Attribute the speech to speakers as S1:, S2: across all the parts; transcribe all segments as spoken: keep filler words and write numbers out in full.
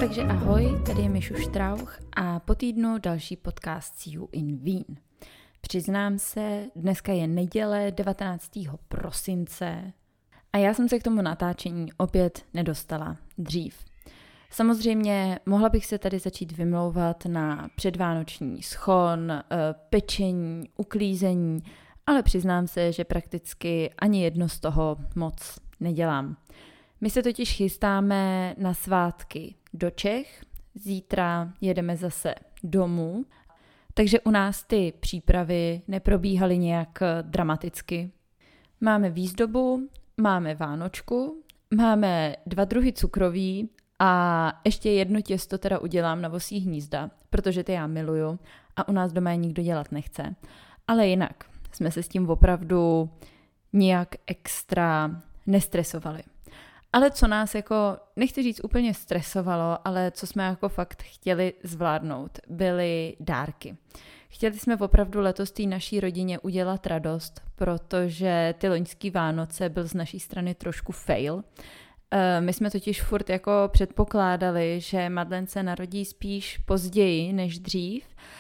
S1: Takže ahoj, tady je Mišu Štrauch a po týdnu další podcast See You in Wien. Přiznám se, dneska je neděle devatenáctého prosince a já jsem se k tomu natáčení opět nedostala dřív. Samozřejmě mohla bych se tady začít vymlouvat na předvánoční schon, pečení, uklízení, ale přiznám se, že prakticky ani jedno z toho moc nedělám. My se totiž chystáme na svátky do Čech, zítra jedeme zase domů, takže u nás ty přípravy neprobíhaly nějak dramaticky. Máme výzdobu, máme vánočku, máme dva druhy cukroví a ještě jedno těsto teda udělám na vosí hnízda, protože ty já miluju a u nás doma je nikdo dělat nechce. Ale jinak jsme se s tím opravdu nijak extra nestresovali. Ale co nás jako, nechci říct úplně stresovalo, ale co jsme jako fakt chtěli zvládnout, byly dárky. Chtěli jsme opravdu letos té naší rodině udělat radost, protože ty loňský Vánoce byl z naší strany trošku fail. My jsme totiž furt jako předpokládali, že Madeleine se narodí spíš později než dřív,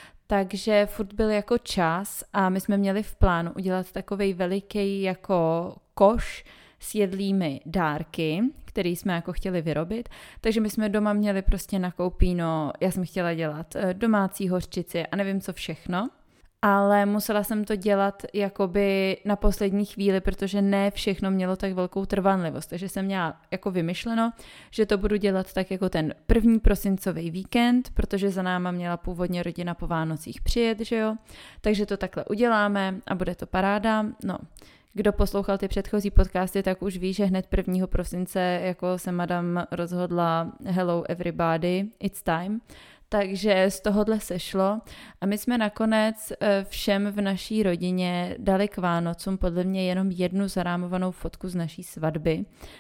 S1: takže furt byl jako čas a my jsme měli v plánu udělat takovej veliký jako koš s jedlými dárky, který jsme jako chtěli vyrobit, takže my jsme doma měli prostě nakoupíno, já jsem chtěla dělat domácí hořčici a nevím co všechno, ale musela jsem to dělat jakoby na poslední chvíli, protože ne všechno mělo tak velkou trvanlivost, takže jsem měla jako vymyšleno, že to budu dělat tak jako ten první prosincový víkend, protože za náma měla původně rodina po Vánocích přijet, že jo, takže to takhle uděláme a bude to paráda, no. Kdo poslouchal ty předchozí podcasty, tak už ví, že hned prvního prosince jako se madam rozhodla hello everybody, it's time. Takže z tohohle sešlo a my jsme nakonec všem v naší rodině dali k Vánocům podle mě jenom jednu zarámovanou fotku z naší svatby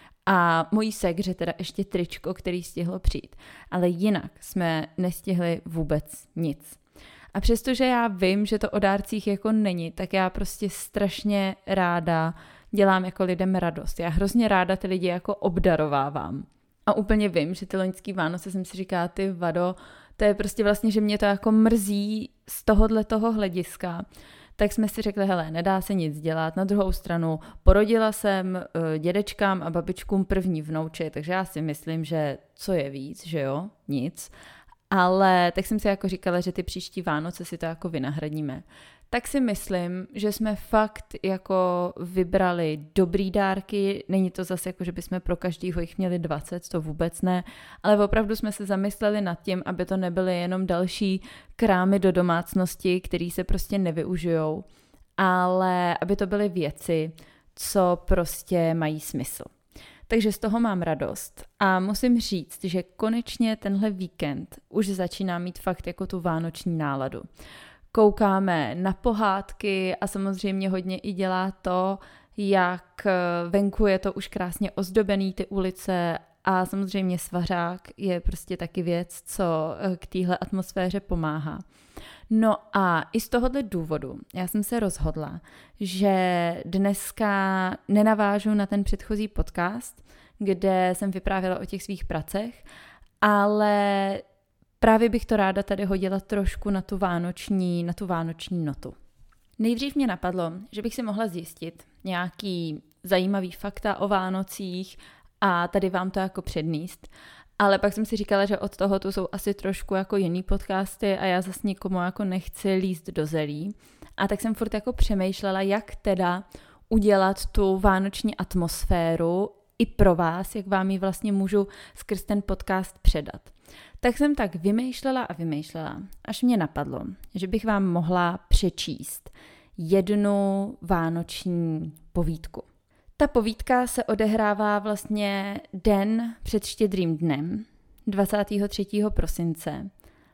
S1: a mojí segře teda ještě tričko, který stihlo přijít. Ale jinak jsme nestihli vůbec nic. A přestože já vím, že to o dárcích jako není, tak já prostě strašně ráda dělám jako lidem radost. Já hrozně ráda ty lidi jako obdarovávám. A úplně vím, že ty loňský Vánoce jsem si říkala, ty vado, to je prostě vlastně, že mě to jako mrzí z tohohle toho hlediska. Tak jsme si řekli, hele, nedá se nic dělat. Na druhou stranu porodila jsem dědečkám a babičkům první vnouče, takže já si myslím, že co je víc, že jo, nic. Ale tak jsem si jako říkala, že ty příští Vánoce si to jako vynahradíme. Tak si myslím, že jsme fakt jako vybrali dobrý dárky, není to zase jako, že bychom pro každýho jich měli dvacet, to vůbec ne, ale opravdu jsme se zamysleli nad tím, aby to nebyly jenom další krámy do domácnosti, které se prostě nevyužijou, ale aby to byly věci, co prostě mají smysl. Takže z toho mám radost a musím říct, že konečně tenhle víkend už začíná mít fakt jako tu vánoční náladu. Koukáme na pohádky a samozřejmě hodně i dělá to, jak venku je to už krásně ozdobený ty ulice a samozřejmě svařák je prostě taky věc, co k téhle atmosféře pomáhá. No a i z tohohle důvodu já jsem se rozhodla, že dneska nenavážu na ten předchozí podcast, kde jsem vyprávěla o těch svých pracech, ale právě bych to ráda tady hodila trošku na tu vánoční, na tu vánoční notu. Nejdřív mě napadlo, že bych si mohla zjistit nějaký zajímavý fakta o Vánocích a tady vám to jako přednést. Ale pak jsem si říkala, že od toho tu jsou asi trošku jako jiný podcasty a já zase nikomu jako nechci líst do zelí. A tak jsem furt jako přemýšlela, jak teda udělat tu vánoční atmosféru i pro vás, jak vám ji vlastně můžu skrz ten podcast předat. Tak jsem tak vymýšlela a vymýšlela, až mě napadlo, že bych vám mohla přečíst jednu vánoční povídku. Ta povídka se odehrává vlastně den před Štědrým dnem, dvacátého třetího prosince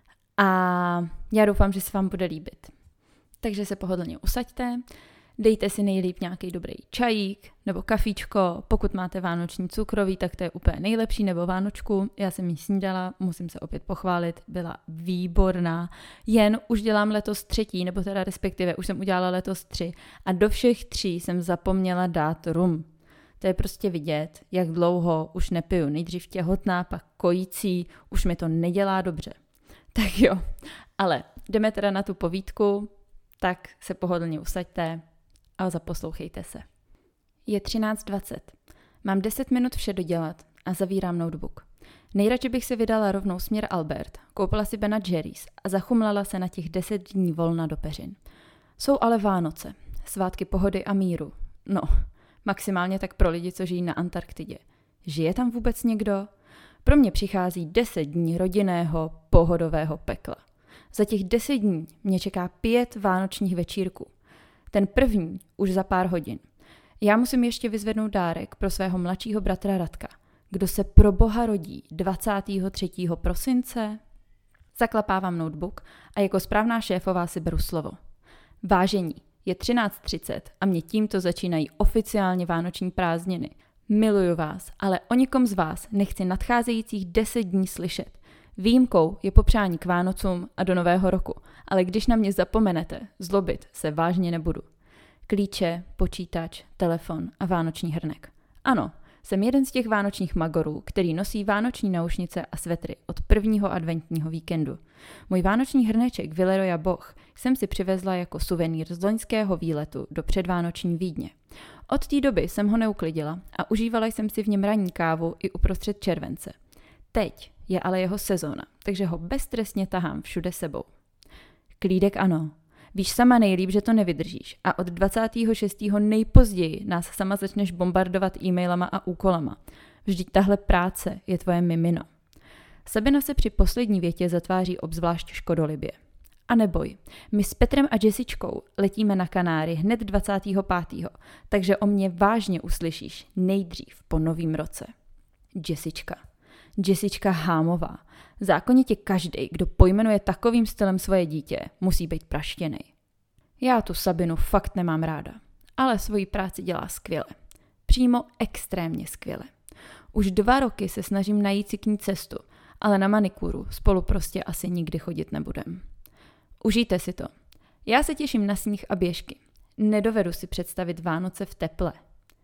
S1: a já doufám, že se vám bude líbit. Takže se pohodlně usaďte, dejte si nejlíp nějaký dobrý čajík nebo kafíčko, pokud máte vánoční cukroví, tak to je úplně nejlepší, nebo vánočku. Já jsem ji snídala, musím se opět pochválit, byla výborná. Jen už dělám letos třetí, nebo teda respektive už jsem udělala letos tři a do všech tří jsem zapomněla dát rum. To je prostě vidět, jak dlouho už nepiju. Nejdřív těhotná, pak kojící, už mi to nedělá dobře. Tak jo, ale jdeme teda na tu povídku, tak se pohodlně usaďte a zaposlouchejte se. Je třináct dvacet. Mám deset minut vše dodělat a zavírám notebook. Nejradši bych si vydala rovnou směr Albert, koupila si Ben and Jerry's a zachumlala se na těch deset dní volna do peřin. Jsou ale Vánoce, svátky pohody a míru. No, maximálně tak pro lidi, co žijí na Antarktidě. Žije tam vůbec někdo? Pro mě přichází deset dní rodinného, pohodového pekla. Za těch deset dní mě čeká pět vánočních večírků. Ten první už za pár hodin. Já musím ještě vyzvednout dárek pro svého mladšího bratra Radka. Kdo se pro boha rodí dvacátého třetího prosince? Zaklapávám notebook a jako správná šéfová si beru slovo. Vážení, je třináct třicet a mě tímto začínají oficiálně vánoční prázdniny. Miluju vás, ale o nikom z vás nechci nadcházejících deset dní slyšet. Výjimkou je popřání k Vánocům a do Nového roku, ale když na mě zapomenete, zlobit se vážně nebudu. Klíče, počítač, telefon a vánoční hrnek. Ano, jsem jeden z těch vánočních magorů, který nosí vánoční náušnice a svetry od prvního adventního víkendu. Můj vánoční hrneček Villeroy Boch jsem si přivezla jako suvenýr z loňského výletu do předvánoční Vídně. Od té doby jsem ho neuklidila a užívala jsem si v něm ranní kávu i uprostřed července. Teď je ale jeho sezóna, takže ho beztrestně tahám všude sebou. Klídek ano. Víš sama nejlíp, že to nevydržíš a od dvacátého šestého nejpozději nás sama začneš bombardovat e-mailama a úkolama. Vždyť tahle práce je tvoje mimino. Sabina se při poslední větě zatváří obzvlášť škodolibě. A neboj, my s Petrem a Jessičkou letíme na Kanáry hned dvacátého pátého takže o mě vážně uslyšíš nejdřív po novým roce. Jessička. Jessička Hámová. Zákonitě každej, kdo pojmenuje takovým stylem svoje dítě, musí být praštěnej. Já tu Sabinu fakt nemám ráda, ale svoji práci dělá skvěle. Přímo extrémně skvěle. Už dva roky se snažím najít si k ní cestu, ale na manikúru spolu prostě asi nikdy chodit nebudem. Užijte si to. Já se těším na sníh a běžky. Nedovedu si představit Vánoce v teple.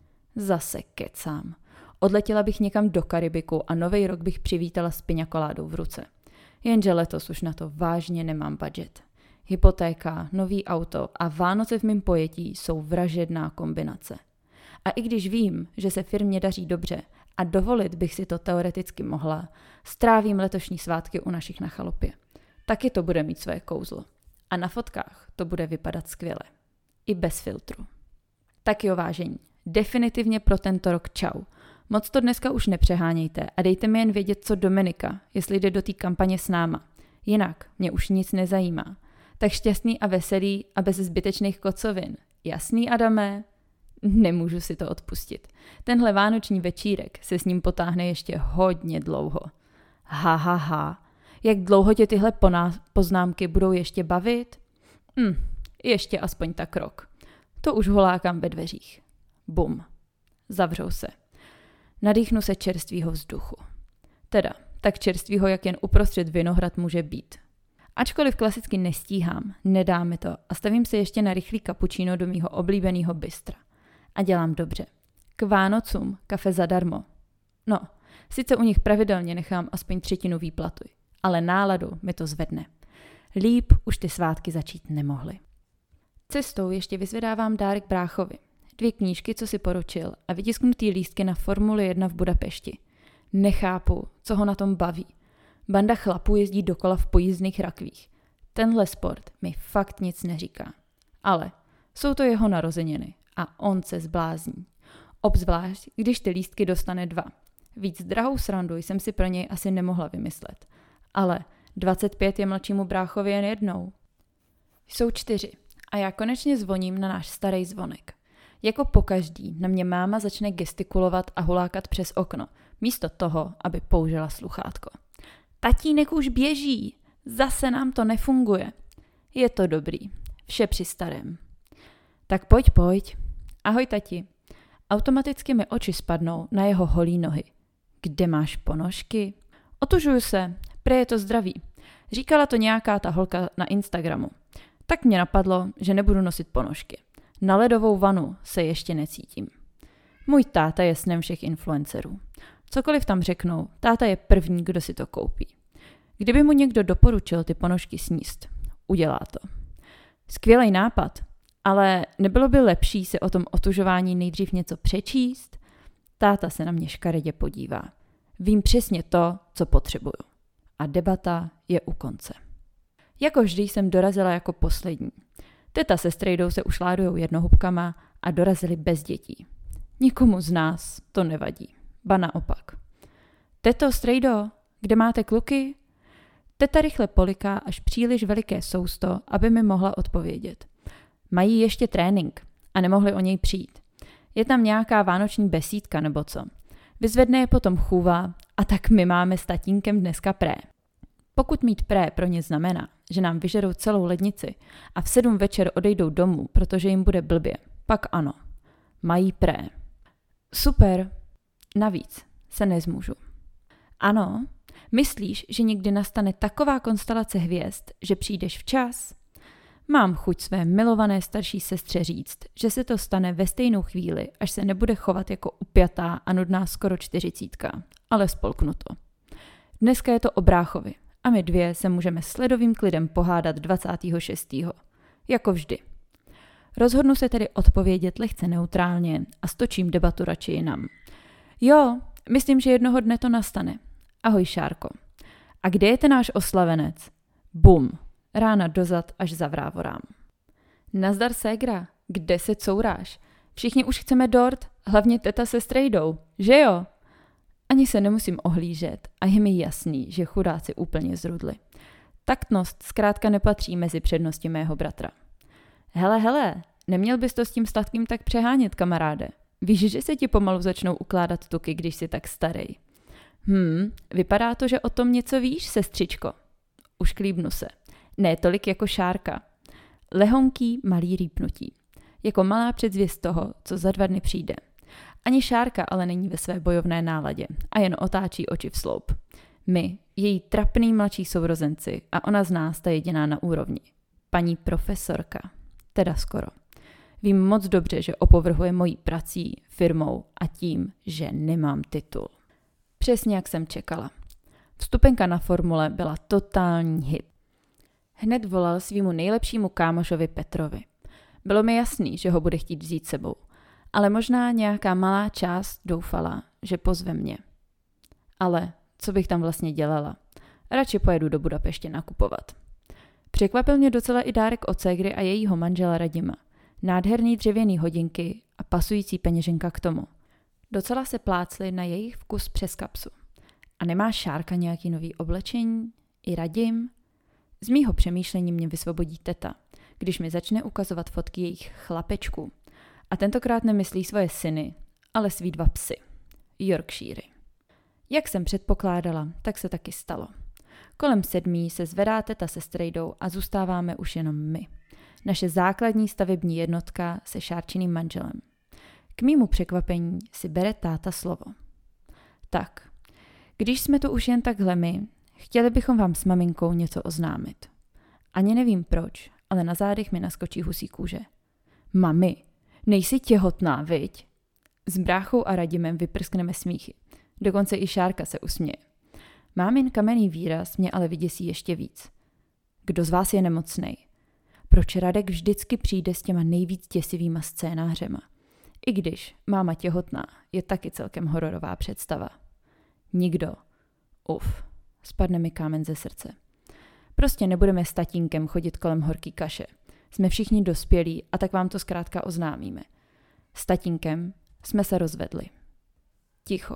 S1: Zase kecám. Odletěla bych někam do Karibiku a nový rok bych přivítala s piňakoládou v ruce. Jenže letos už na to vážně nemám budget. Hypotéka, nový auto a Vánoce v mém pojetí jsou vražedná kombinace. A i když vím, že se firmě daří dobře a dovolit bych si to teoreticky mohla, strávím letošní svátky u našich na chalupě. Taky to bude mít své kouzlo. A na fotkách to bude vypadat skvěle. I bez filtru. Tak jo, vážení, definitivně pro tento rok čau. Moc to dneska už nepřehánějte a dejte mi jen vědět, co Dominika, jestli jde do té kampaně s náma. Jinak mě už nic nezajímá. Tak šťastný a veselý a bez zbytečných kocovin. Jasný, Adame? Nemůžu si to odpustit. Tenhle vánoční večírek se s ním potáhne ještě hodně dlouho. Ha, ha, ha. Jak dlouho tě tyhle poznámky budou ještě bavit? Hm, ještě aspoň tak rok. To už holákám ve dveřích. Bum. Zavřou se. Nadýchnu se čerstvýho vzduchu. Teda, tak čerstvýho, jak jen uprostřed Vinohrad může být. Ačkoliv klasicky nestíhám, nedá mi to a stavím se ještě na rychlý kapučíno do mýho oblíbeného bystra. A dělám dobře. K Vánocům kafe zadarmo. No, sice u nich pravidelně nechám aspoň třetinu výplatu, ale náladu mi to zvedne. Líp už ty svátky začít nemohly. Cestou ještě vyzvedávám dárek bráchovi. Dvě knížky, co si poručil a vytisknutý lístky na Formuli jedna v Budapešti. Nechápu, co ho na tom baví. Banda chlapů jezdí dokola v pojízdných rakvích. Tenhle sport mi fakt nic neříká. Ale jsou to jeho narozeniny a on se zblázní. Obzvlášť, když ty lístky dostane dva. Víc drahou srandu jsem si pro něj asi nemohla vymyslet. Ale dvacet pět je mladšímu bráchovi jen jednou. Jsou čtyři a já konečně zvoním na náš starý zvonek. Jako pokaždý na mě máma začne gestikulovat a hulákat přes okno, místo toho, aby použila sluchátko. Tatínek už běží, zase nám to nefunguje. Je to dobrý, vše při starém. Tak pojď, pojď. Ahoj, tati. Automaticky mi oči spadnou na jeho holí nohy. Kde máš ponožky? Otužuju se, prý je to zdraví. Říkala to nějaká ta holka na Instagramu. Tak mě napadlo, že nebudu nosit ponožky. Na ledovou vanu se ještě necítím. Můj táta je snem všech influencerů. Cokoliv tam řeknou, táta je první, kdo si to koupí. Kdyby mu někdo doporučil ty ponožky sníst, udělá to. Skvělý nápad, ale nebylo by lepší se o tom otužování nejdřív něco přečíst? Táta se na mě škaredě podívá. Vím přesně to, co potřebuju. A debata je u konce. Jako vždy jsem dorazila jako poslední. Teta se strejdou se ušládujou jednohubkama a dorazili bez dětí. Nikomu z nás to nevadí. Ba naopak. Teto, strejdo, kde máte kluky? Teta rychle poliká až příliš veliké sousto, aby mi mohla odpovědět. Mají ještě trénink a nemohli o něj přijít. Je tam nějaká vánoční besídka nebo co. Vyzvedne je potom chůva a tak my máme s tatínkem dneska pré. Pokud mít pré pro ně znamená, že nám vyžerou celou lednici a v sedm večer odejdou domů, protože jim bude blbě, pak ano. Mají pré. Super. Navíc se nezmůžu. Ano, myslíš, že někdy nastane taková konstelace hvězd, že přijdeš včas? Mám chuť své milované starší sestře říct, že se to stane ve stejnou chvíli, až se nebude chovat jako upjatá a nudná skoro čtyřicítka, ale spolknu to. Dneska je to o bráchovi a my dvě se můžeme s ledovým klidem pohádat dvacátého šestého Jako vždy. Rozhodnu se tedy odpovědět lehce neutrálně a stočím debatu radši jinam. Jo, myslím, že jednoho dne to nastane. Ahoj, Šárko. A kde je ten náš oslavenec? Bum. Rána dozad až za vrávorám. Nazdar, ségra. Kde se couráš? Všichni už chceme dort, hlavně teta se strejdou, že jo? Ani se nemusím ohlížet a je mi jasný, že chudáci úplně zrudli. Taktnost zkrátka nepatří mezi přednosti mého bratra. Hele, hele, neměl bys to s tím statkem tak přehánět, kamaráde. Víš, že se ti pomalu začnou ukládat tuky, když jsi tak starý. Hm, vypadá to, že o tom něco víš, sestřičko. Už klíbnu se. Ne tolik jako Šárka. Lehonký malý rýpnutí. Jako malá předzvěst toho, co za dva dny přijde. Ani Šárka ale není ve své bojovné náladě a jen otáčí oči v sloup. My, její trapný mladší sourozenci a ona z nás ta jediná na úrovni. Paní profesorka. Teda skoro. Vím moc dobře, že opovrhuje mojí prací, firmou a tím, že nemám titul. Přesně jak jsem čekala. Vstupenka na formule byla totální hit. Hned volal svýmu nejlepšímu kámošovi Petrovi. Bylo mi jasný, že ho bude chtít vzít sebou, ale možná nějaká malá část doufala, že pozve mě. Ale co bych tam vlastně dělala? Radši pojedu do Budapeště nakupovat. Překvapil mě docela i dárek od ségry a jejího manžela Radima. Nádherný dřevěný hodinky a pasující peněženka k tomu. Docela se plácli na jejich vkus přes kapsu. A nemá Šárka nějaký nový oblečení? I Radim? Z mýho přemýšlení mě vysvobodí teta, když mi začne ukazovat fotky jejich chlapečků. A tentokrát nemyslí svoje syny, ale svý dva psy. Yorkshiry. Jak jsem předpokládala, tak se taky stalo. Kolem sedmí se zvedá teta se strejdou a zůstáváme už jenom my. Naše základní stavební jednotka se Šárčiným manželem. K mému překvapení si bere táta slovo. Tak, když jsme tu už jen takhle my, chtěli bychom vám s maminkou něco oznámit. Ani nevím proč, ale na zádech mi naskočí husí kůže. Mami, nejsi těhotná, viď? S bráchou a Radimem vyprskneme smíchy. Dokonce i Šárka se usměje. Mámin kamenný výraz mě ale vyděsí ještě víc. Kdo z vás je nemocnej? Proč Radek vždycky přijde s těma nejvíc děsivýma scénářema? I když máma těhotná je taky celkem hororová představa. Nikdo. Uf, spadne mi kámen ze srdce. Prostě nebudeme s tatínkem chodit kolem horký kaše. Jsme všichni dospělí a tak vám to zkrátka oznámíme. S tatínkem jsme se rozvedli. Ticho.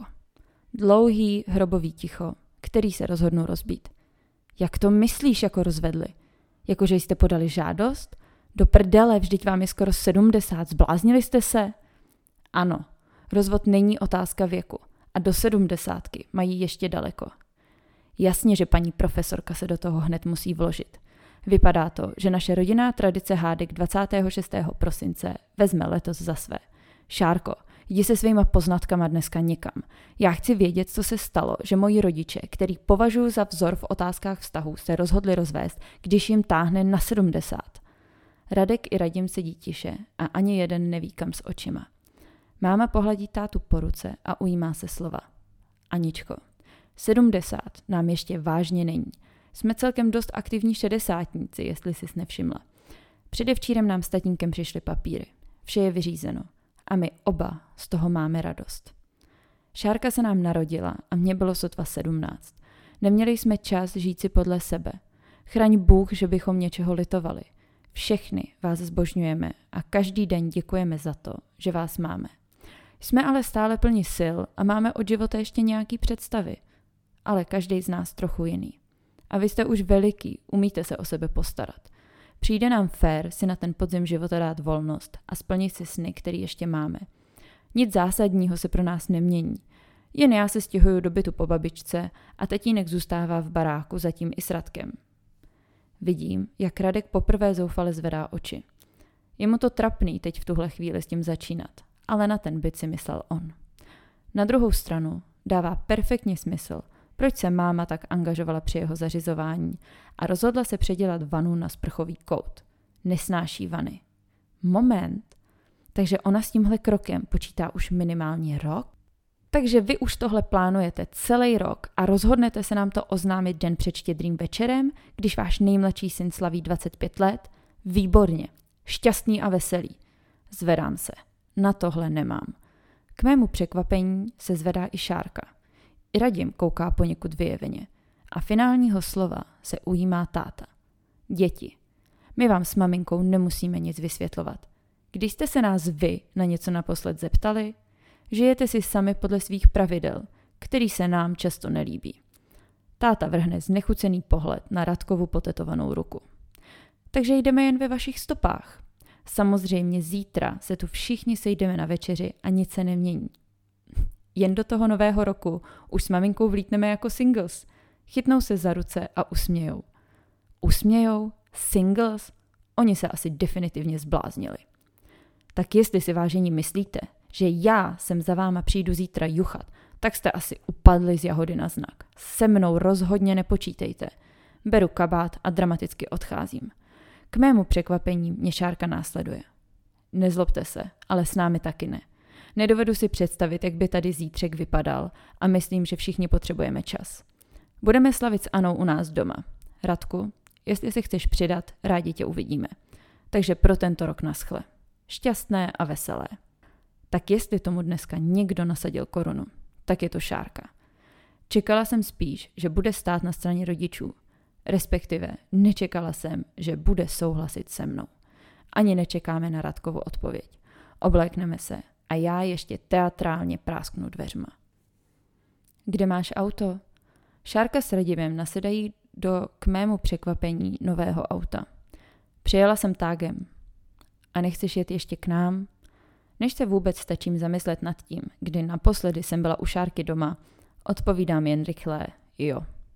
S1: Dlouhý hrobový ticho, který se rozhodnou rozbít. Jak to myslíš jako rozvedli? Jakože jste podali žádost? Do prdele, vždyť vám je skoro sedmdesát, zbláznili jste se? Ano, rozvod není otázka věku a do sedmdesátky mají ještě daleko. Jasně, že paní profesorka se do toho hned musí vložit. Vypadá to, že naše rodinná tradice hádek dvacátého šestého prosince vezme letos za své. Šárko, jdi se svýma poznatkama dneska někam. Já chci vědět, co se stalo, že moji rodiče, který považuji za vzor v otázkách vztahů, se rozhodli rozvést, když jim táhne na sedmdesát. Radek i Radim sedí tiše a ani jeden neví kam s očima. Máma pohladí tátu po ruce a ujímá se slova. Aničko, sedmdesát nám ještě vážně není. Jsme celkem dost aktivní šedesátníci, jestli jsi nevšimla. Předevčírem nám s tatínkem přišly papíry. Vše je vyřízeno. A my oba z toho máme radost. Šárka se nám narodila a mně bylo sotva sedmnáct. Neměli jsme čas žít si podle sebe. Chraň Bůh, že bychom něčeho litovali. Všechny vás zbožňujeme a každý den děkujeme za to, že vás máme. Jsme ale stále plni sil a máme od života ještě nějaký představy. Ale každý z nás trochu jiný. A vy jste už veliký, umíte se o sebe postarat. Přijde nám fér si na ten podzim života dát volnost a splnit si sny, který ještě máme. Nic zásadního se pro nás nemění. Jen já se stěhuju do bytu po babičce a tatínek zůstává v baráku zatím i s Radkem. Vidím, jak Radek poprvé zoufale zvedá oči. Je mu to trapný teď v tuhle chvíli s tím začínat, ale na ten byt si myslel on. Na druhou stranu dává perfektně smysl, proč se máma tak angažovala při jeho zařizování a rozhodla se předělat vanu na sprchový kout. Nesnáší vany. Moment. Takže ona s tímhle krokem počítá už minimálně rok? Takže vy už tohle plánujete celý rok a rozhodnete se nám to oznámit den před Štědrým večerem, když váš nejmladší syn slaví dvacet pět let? Výborně. Šťastný a veselý. Zvedám se. Na tohle nemám. K mému překvapení se zvedá i Šárka. I Radim kouká poněkud vyjeveně. A finálního slova se ujímá táta. Děti, my vám s maminkou nemusíme nic vysvětlovat. Když jste se nás vy na něco naposled zeptali, žijete si sami podle svých pravidel, který se nám často nelíbí. Táta vrhne znechucený pohled na Radkovu potetovanou ruku. Takže jdeme jen ve vašich stopách. Samozřejmě zítra se tu všichni sejdeme na večeři a nic se nemění. Jen do toho nového roku už s maminkou vlítneme jako singles. Chytnou se za ruce a usmějou. Usmějou? Singles? Oni se asi definitivně zbláznili. Tak jestli si vážení myslíte, že já sem za váma přijdu zítra juchat, tak jste asi upadli z jahody na znak. Se mnou rozhodně nepočítejte. Beru kabát a dramaticky odcházím. K mému překvapení mě Šárka následuje. Nezlobte se, ale s námi taky ne. Nedovedu si představit, jak by tady zítřek vypadal a myslím, že všichni potřebujeme čas. Budeme slavit s Anou u nás doma. Radku, jestli se chceš přidat, rádi tě uvidíme. Takže pro tento rok naschle. Šťastné a veselé. Tak jestli tomu dneska někdo nasadil korunu, tak je to Šárka. Čekala jsem spíš, že bude stát na straně rodičů. Respektive nečekala jsem, že bude souhlasit se mnou. Ani nečekáme na Radkovu odpověď. Oblékneme se a já ještě teatrálně prásknu dveřma. Kde máš auto? Šárka s Radimem nasedají do k mému překvapení nového auta. Přijela jsem tágem. A nechceš jet ještě k nám? Než se vůbec stačím zamyslet nad tím, kdy naposledy jsem byla u Šárky doma, odpovídám jen rychle jo.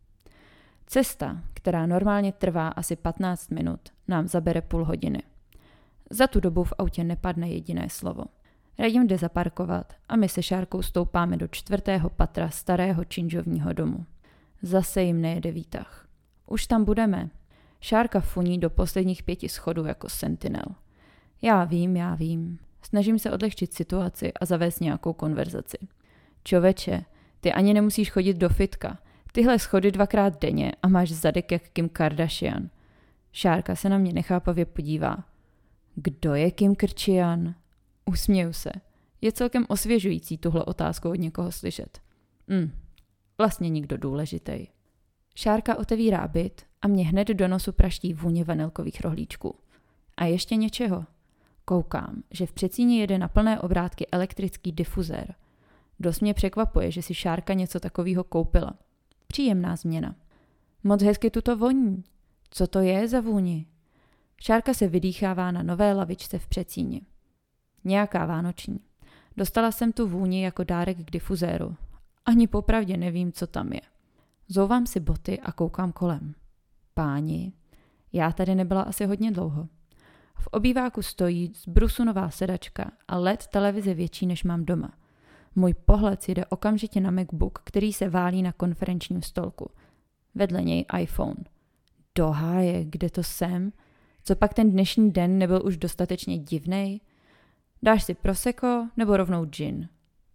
S1: Cesta, která normálně trvá asi patnáct minut, nám zabere půl hodiny. Za tu dobu v autě nepadne jediné slovo. Radim jde zaparkovat a my se Šárkou stoupáme do čtvrtého patra starého činžovního domu. Zase jim nejede výtah. Už tam budeme. Šárka funí do posledních pěti schodů jako sentinel. Já vím, já vím. Snažím se odlehčit situaci a zavést nějakou konverzaci. Čověče, ty ani nemusíš chodit do fitka. Tyhle schody dvakrát denně a máš zadek jak Kim Kardashian. Šárka se na mě nechápavě podívá. Kdo je Kim Kardashian? Usměju se. Je celkem osvěžující tuhle otázku od někoho slyšet. Hm, vlastně nikdo důležitý. Šárka otevírá byt a mě hned do nosu praští vůně vanilkových rohlíčků. A ještě něčeho. Koukám, že v předsíni jede na plné obrátky elektrický difuzér. Dost mě překvapuje, že si Šárka něco takového koupila. Příjemná změna. Moc hezky tu to voní. Co to je za vůni? Šárka se vydýchává na nové lavičce v předsíni. Nějaká vánoční. Dostala jsem tu vůni jako dárek k difuzéru. Ani popravdě nevím, co tam je. Zouvám si boty a koukám kolem. Páni, já tady nebyla asi hodně dlouho. V obýváku stojí zbrusunová sedačka a el é dé televize větší, než mám doma. Můj pohled si jde okamžitě na MacBook, který se válí na konferenčním stolku. Vedle něj iPhone. Do háje, kde to jsem? Co pak ten dnešní den nebyl už dostatečně divnej? Dáš si prosecco nebo rovnou gin?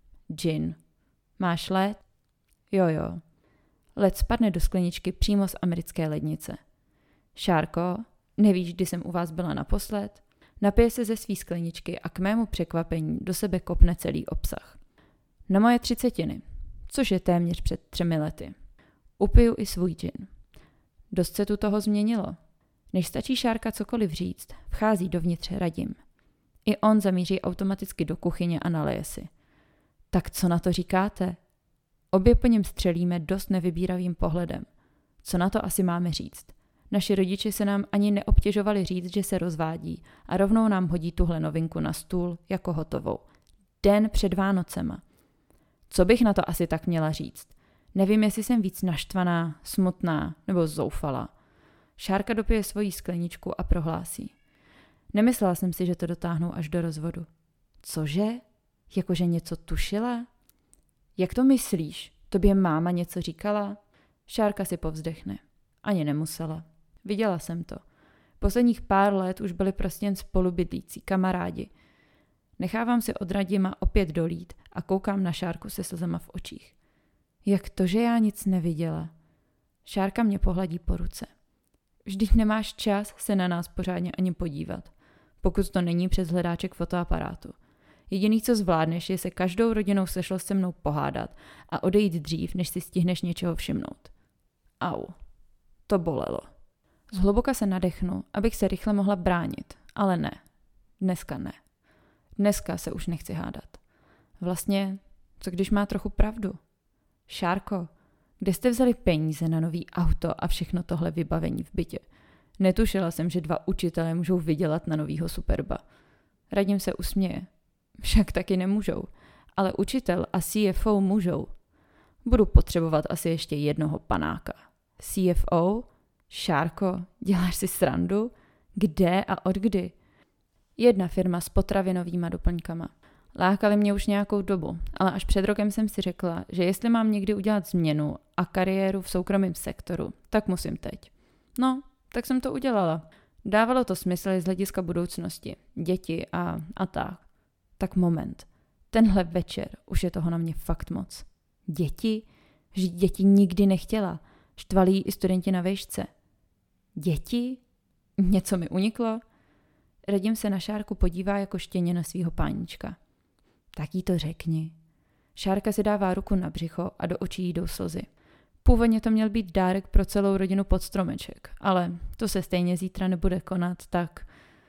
S1: Gin. Máš led? Jo, jo. Led spadne do skleničky přímo z americké lednice. Šárko, nevíš, kdy jsem u vás byla naposled? Napije se ze svý skleničky a k mému překvapení do sebe kopne celý obsah. Na moje třicetiny, což je téměř před třemi lety. Upiju i svůj gin. Dost se tu toho změnilo. Než stačí Šárka cokoliv říct, vchází dovnitř Radim. I on zamíří automaticky do kuchyně a naleje si. Tak co na to říkáte? Obě po něm střelíme dost nevybíravým pohledem. Co na to asi máme říct? Naši rodiče se nám ani neobtěžovali říct, že se rozvádí a rovnou nám hodí tuhle novinku na stůl jako hotovou. Den před Vánocema. Co bych na to asi tak měla říct? Nevím, jestli jsem víc naštvaná, smutná nebo zoufalá. Šárka dopije svoji skleničku a prohlásí. Nemyslela jsem si, že to dotáhnou až do rozvodu. Cože? Jakože něco tušila? Jak to myslíš? Tobě máma něco říkala? Šárka si povzdechne. Ani nemusela. Viděla jsem to. Posledních pár let už byli prostě jen spolubydlící, kamarádi. Nechávám si od Radima opět dolít a koukám na Šárku se slzama v očích. Jak to, že já nic neviděla? Šárka mě pohladí po ruce. Vždyť nemáš čas se na nás pořádně ani podívat, pokud to není přes hledáček fotoaparátu. Jediný, co zvládneš, je se každou rodinou sešlo se mnou pohádat a odejít dřív, než si stihneš něčeho všimnout. Au. To bolelo. Zhluboka se nadechnu, abych se rychle mohla bránit, ale ne. Dneska ne. Dneska se už nechci hádat. Vlastně, co když má trochu pravdu? Šárko, kde jste vzali peníze na nový auto a všechno tohle vybavení v bytě? Netušila jsem, že dva učitelé můžou vydělat na novýho Superba. Radim se usměje. Však taky nemůžou, ale učitel a C F O můžou. Budu potřebovat asi ještě jednoho panáka. C F O? Šárko, děláš si srandu? Kde a od kdy? Jedna firma s potravinovýma doplňkama. Lákali mě už nějakou dobu, ale až před rokem jsem si řekla, že jestli mám někdy udělat změnu a kariéru v soukromém sektoru, tak musím teď. No, tak jsem to udělala. Dávalo to smysl z hlediska budoucnosti, děti a, a tak. Tak moment. Tenhle večer už je toho na mě fakt moc. Děti? Že děti nikdy nechtěla. Štvali jí i studenti na vejšce. Děti? Něco mi uniklo? Radim se na Šárku podívá jako štěně na svýho páníčka. Tak jí to řekni. Šárka si dává ruku na břicho a do očí jí jdou slzy. Původně to měl být dárek pro celou rodinu pod stromeček, ale to se stejně zítra nebude konat, tak...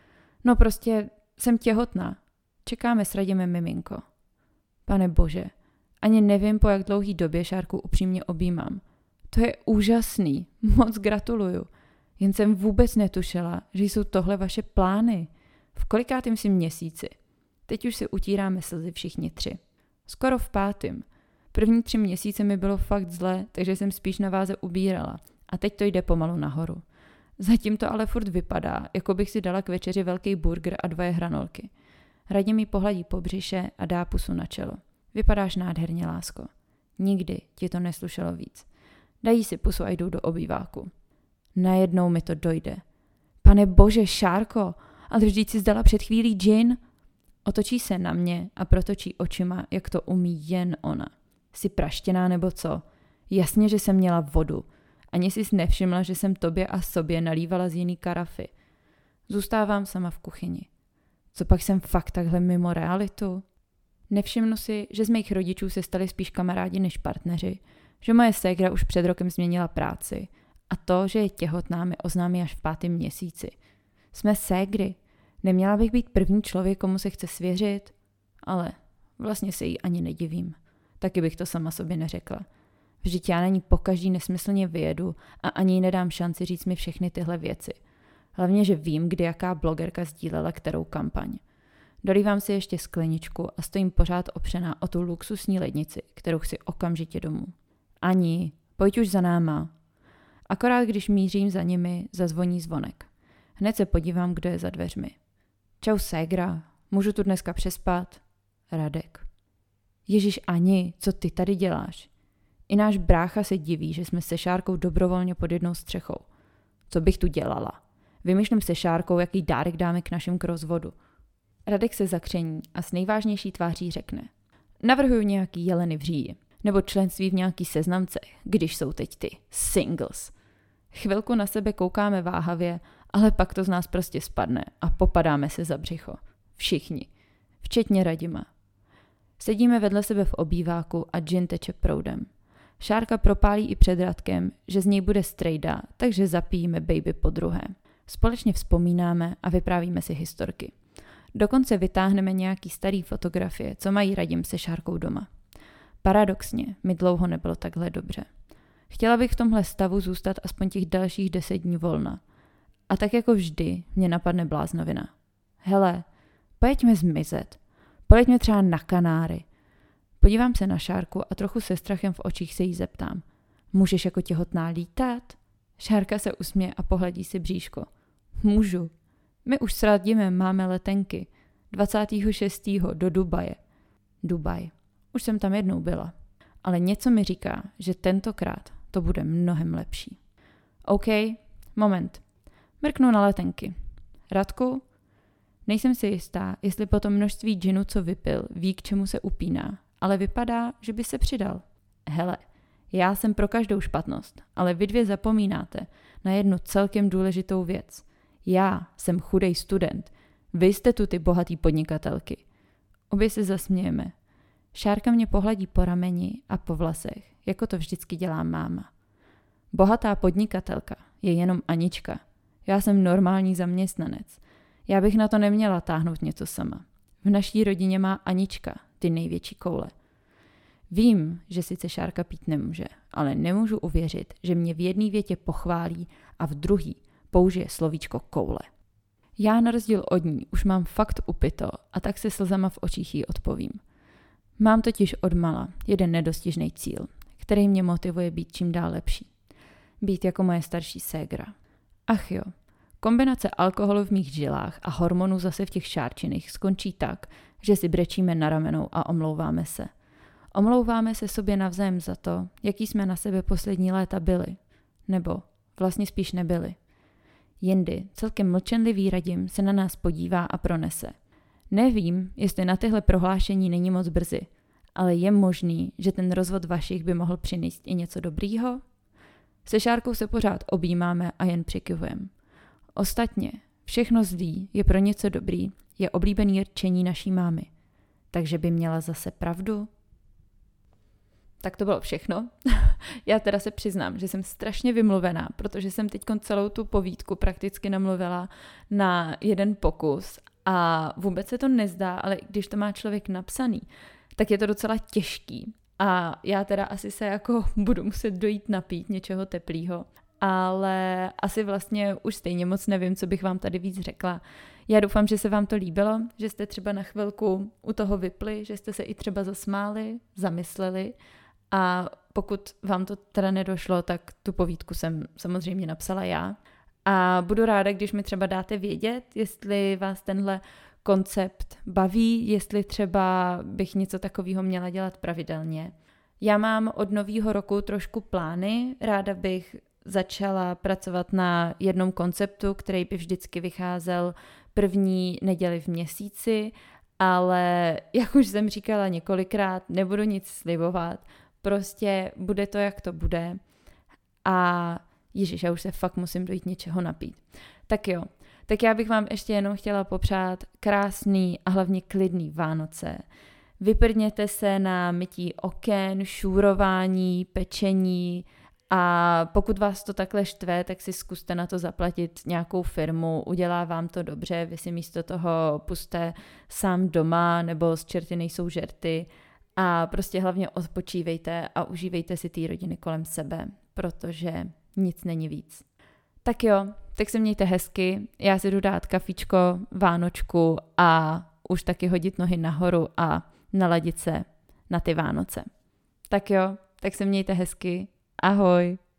S1: No prostě jsem těhotná. Čekáme s Radimem miminko. Pane bože, ani nevím, po jak dlouhý době Šárku upřímně objímám. To je úžasný, moc gratuluju. Jen jsem vůbec netušila, že jsou tohle vaše plány. V kolikátém si měsíci? Teď už si utíráme slzy všichni tři. Skoro v pátým. První tři měsíce mi bylo fakt zle, takže jsem spíš na váze ubírala. A teď to jde pomalu nahoru. Zatím to ale furt vypadá, jako bych si dala k večeři velký burger a dvoje hranolky. Radim mi pohladí po břiše a dá pusu na čelo. Vypadáš nádherně, lásko. Nikdy ti to neslušelo víc. Dají si pusu a jdou do obýváku. Najednou mi to dojde. Pane bože, Šárko, ale vždyť si zdala před chvílí gin. Otočí se na mě a protočí očima, jak to umí jen ona. Jsi praštěná nebo co? Jasně, že jsem měla vodu. Ani jsi nevšimla, že jsem tobě a sobě nalívala z jiný karafy. Zůstávám sama v kuchyni. Co pak jsem fakt takhle mimo realitu? Nevšimnu si, že z mých rodičů se stali spíš kamarádi než partneři, že moje ségra už před rokem změnila práci a to, že je těhotná, mi oznámí až v pátém měsíci. Jsme ségry. Neměla bych být první člověk, komu se chce svěřit, ale vlastně se jí ani nedivím. Taky bych to sama sobě neřekla. Vždyť já na ní pokaždý nesmyslně vyjedu a ani jí nedám šanci říct mi všechny tyhle věci. Hlavně, že vím, kdy jaká blogerka sdílela kterou kampaň. Dolívám si ještě skleničku a stojím pořád opřená o tu luxusní lednici, kterou chci okamžitě domů. Ani, pojď už za náma. Akorát když mířím za nimi, zazvoní zvonek. Hned se podívám, kdo je za dveřmi. Čau ségra, můžu tu dneska přespat? Radek. Ježiš Ani, co ty tady děláš? I náš brácha se diví, že jsme se Šárkou dobrovolně pod jednou střechou. Co bych tu dělala? Vymýšlím se Šárkou, jaký dárek dáme k našim k rozvodu. Radek se zakření a s nejvážnější tváří řekne: navrhuju nějaký jeleny v říji, nebo členství v nějaký seznamce, když jsou teď ty singles. Chvilku na sebe koukáme váhavě, ale pak to z nás prostě spadne a popadáme se za břicho. Všichni. Včetně Radima. Sedíme vedle sebe v obýváku a gin teče proudem. Šárka propálí i před Radkem, že z něj bude strejda, takže zapijíme baby po druhé. Společně vzpomínáme a vyprávíme si historky. Dokonce vytáhneme nějaký starý fotografie, co mají Radim se Šárkou doma. Paradoxně mi dlouho nebylo takhle dobře. Chtěla bych v tomhle stavu zůstat aspoň těch dalších deset dní volna. A tak jako vždy mě napadne bláznovina. Hele, pojďme zmizet. Pojďme třeba na Kanáry. Podívám se na Šárku a trochu se strachem v očích se jí zeptám. Můžeš jako těhotná lítat? Šárka se usměje a pohladí si bříško. Můžu. My už s Radimem máme letenky. dvacátého šestého do Dubaje. Dubaj. Už jsem tam jednou byla. Ale něco mi říká, že tentokrát to bude mnohem lepší. OK, moment. Mrknu na letenky. Radku? Nejsem si jistá, jestli po tom množství džinu, co vypil, ví, k čemu se upíná, ale vypadá, že by se přidal. Hele, já jsem pro každou špatnost, ale vy dvě zapomínáte na jednu celkem důležitou věc. Já jsem chudej student, vy jste tu ty bohatý podnikatelky. Obě se zasmějeme. Šárka mě pohladí po rameni a po vlasech, jako to vždycky dělá máma. Bohatá podnikatelka je jenom Anička. Já jsem normální zaměstnanec. Já bych na to neměla táhnout něco sama. V naší rodině má Anička ty největší koule. Vím, že sice Šárka pít nemůže, ale nemůžu uvěřit, že mě v jedné větě pochválí a v druhý použije slovíčko koule. Já na rozdíl od ní už mám fakt upito a tak se slzama v očích jí odpovím. Mám totiž odmala jeden nedostižný cíl, který mě motivuje být čím dál lepší. Být jako moje starší ségra. Ach jo, kombinace alkoholu v mých žilách a hormonů zase v těch Šárčiných skončí tak, že si brečíme na ramenou a omlouváme se. Omlouváme se sobě navzájem za to, jaký jsme na sebe poslední léta byli. Nebo vlastně spíš nebyli. Jindy celkem mlčenlivý Radim se na nás podívá a pronese. Nevím, jestli na tyhle prohlášení není moc brzy, ale je možný, že ten rozvod vašich by mohl přinést i něco dobrýho? Se Šárkou se pořád objímáme a jen přikyvujeme. Ostatně, všechno zlý je pro něco dobrý, je oblíbený rčení naší mámy. Takže by měla zase pravdu? Tak to bylo všechno. Já teda se přiznám, že jsem strašně vymluvená, protože jsem teď celou tu povídku prakticky namluvila na jeden pokus a vůbec se to nezdá, ale když to má člověk napsaný, tak je to docela těžký. A já teda asi se jako budu muset dojít napít něčeho teplýho, ale asi vlastně už stejně moc nevím, co bych vám tady víc řekla. Já doufám, že se vám to líbilo, že jste třeba na chvilku u toho vypli, že jste se i třeba zasmáli, zamysleli. A pokud vám to teda nedošlo, tak tu povídku jsem samozřejmě napsala já. A budu ráda, když mi třeba dáte vědět, jestli vás tenhle koncept baví, jestli třeba bych něco takového měla dělat pravidelně. Já mám od nového roku trošku plány, ráda bych začala pracovat na jednom konceptu, který by vždycky vycházel první neděli v měsíci, ale jak už jsem říkala několikrát, nebudu nic slibovat, prostě bude to, jak to bude a ježiš, já už se fakt musím dojít něčeho napít. Tak jo, tak já bych vám ještě jenom chtěla popřát krásný a hlavně klidný Vánoce. Vyprdněte se na mytí oken, šúrování, pečení a pokud vás to takhle štve, tak si zkuste na to zaplatit nějakou firmu, udělá vám to dobře, vy si místo toho puste sám doma nebo z čerty nejsou žerty a prostě hlavně odpočívejte a užívejte si ty rodiny kolem sebe, protože nic není víc. Tak jo, tak se mějte hezky, já si jdu dát kafičko, vánočku a už taky hodit nohy nahoru a naladit se na ty Vánoce. Tak jo, tak se mějte hezky, ahoj.